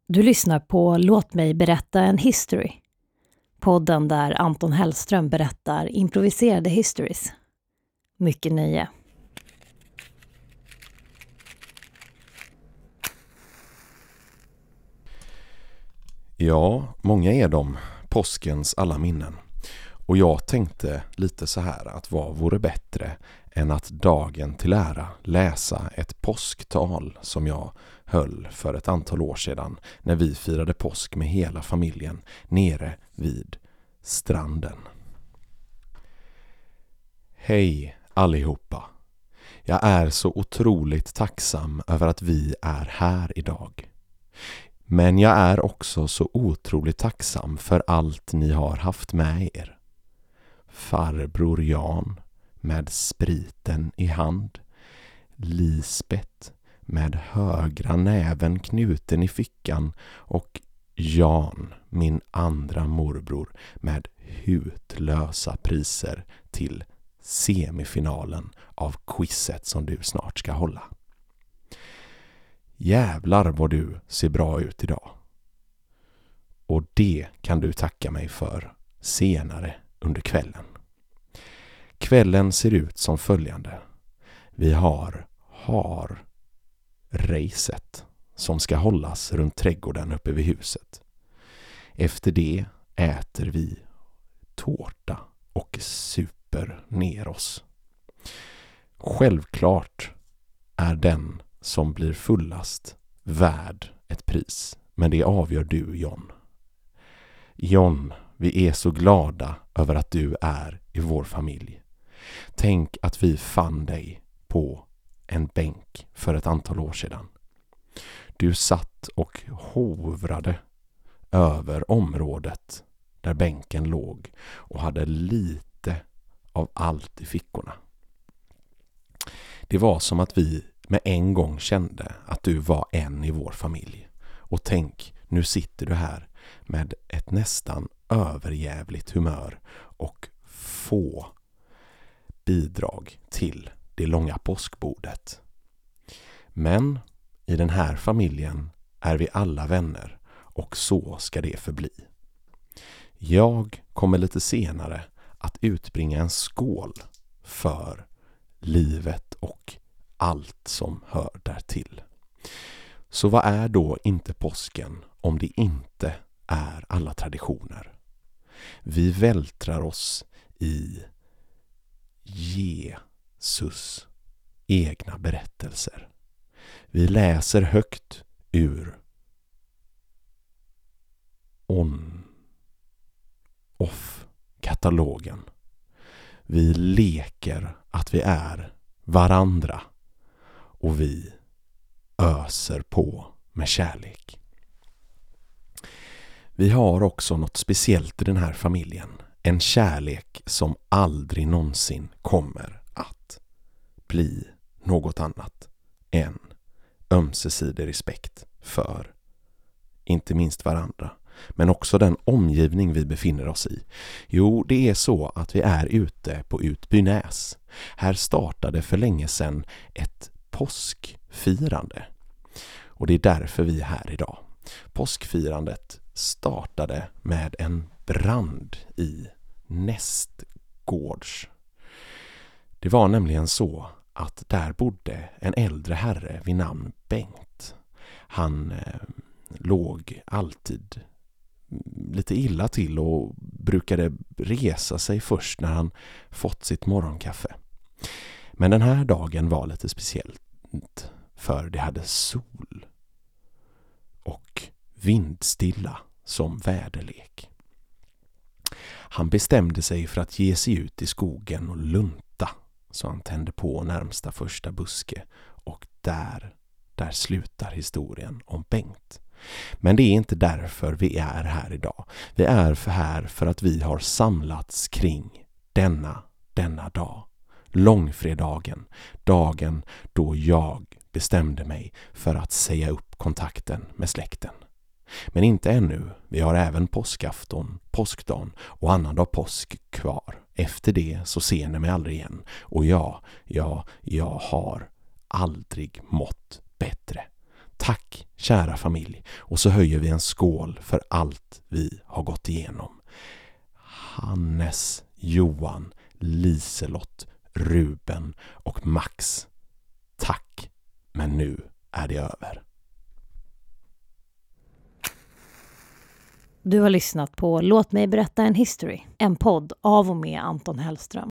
Du lyssnar på Låt mig berätta en history. Podden där Anton Hellström berättar improviserade histories. Mycket nöje. Ja, många är de, påskens alla minnen. Och jag tänkte lite så här att vad vore bättre än att dagen till ära läsa ett påsktal som jag höll för ett antal år sedan när vi firade påsk med hela familjen nere vid stranden. Hej allihopa! Jag är så otroligt tacksam över att vi är här idag. Men jag är också så otroligt tacksam för allt ni har haft med er. Farbror Jan med spriten i hand. Lisbeth med högra näven knuten i fickan och Jan, min andra morbror, med hutlösa priser till semifinalen av quizet som du snart ska hålla. Jävlar vad du ser bra ut idag. Och det kan du tacka mig för senare under kvällen. Kvällen ser ut som följande. Vi har racet som ska hållas runt trädgården uppe vid huset. Efter det äter vi tårta och super ner oss. Självklart är den som blir fullast värd ett pris, men det avgör du, John. John, vi är så glada över att du är i vår familj. Tänk att vi fann dig på en bänk för ett antal år sedan. Du satt och hovrade över området där bänken låg och hade lite av allt i fickorna. Det var som att vi med en gång kände att du var en i vår familj. Och tänk, nu sitter du här med ett nästan överjävligt humör och få bidrag till det långa påskbordet. Men i den här familjen är vi alla vänner och så ska det förbli. Jag kommer lite senare att utbringa en skål för livet och allt som hör därtill. Så vad är då inte påsken om det inte är alla traditioner? Vi vältrar oss i Jesus egna berättelser. Vi läser högt ur On-Off-katalogen. Vi leker att vi är varandra och vi öser på med kärlek. Vi har också något speciellt i den här familjen. En kärlek som aldrig någonsin kommer att bli något annat än ömsesidig respekt för inte minst varandra, men också den omgivning vi befinner oss i. Jo, det är så att vi är ute på Utbynäs. Här startade för länge sedan ett påskfirande. Och det är därför vi är här idag. Påskfirandet startade med en brand i nästgårds. Det var nämligen så att där bodde en äldre herre vid namn Bengt. Han låg alltid lite illa till och brukade resa sig först när han fått sitt morgonkaffe. Men den här dagen var lite speciellt för det hade sol och vindstilla som väderlek. Han bestämde sig för att ge sig ut i skogen och lunta, så han tände på närmsta första buske och där slutar historien om Bengt. Men det är inte därför vi är här idag. Vi är här för att vi har samlats kring denna dag. Långfredagen, dagen då jag bestämde mig för att säga upp kontakten med släkten. Men inte ännu, vi har även påskafton, påskdagen och annandag påsk kvar. Efter det så ser ni mig aldrig igen. Och jag har aldrig mått bättre. Tack kära familj, och så höjer vi en skål för allt vi har gått igenom. Hannes, Johan, Liselott, Ruben och Max. Tack, men nu är det över. Du har lyssnat på Låt mig berätta en history, en podd av och med Anton Hellström.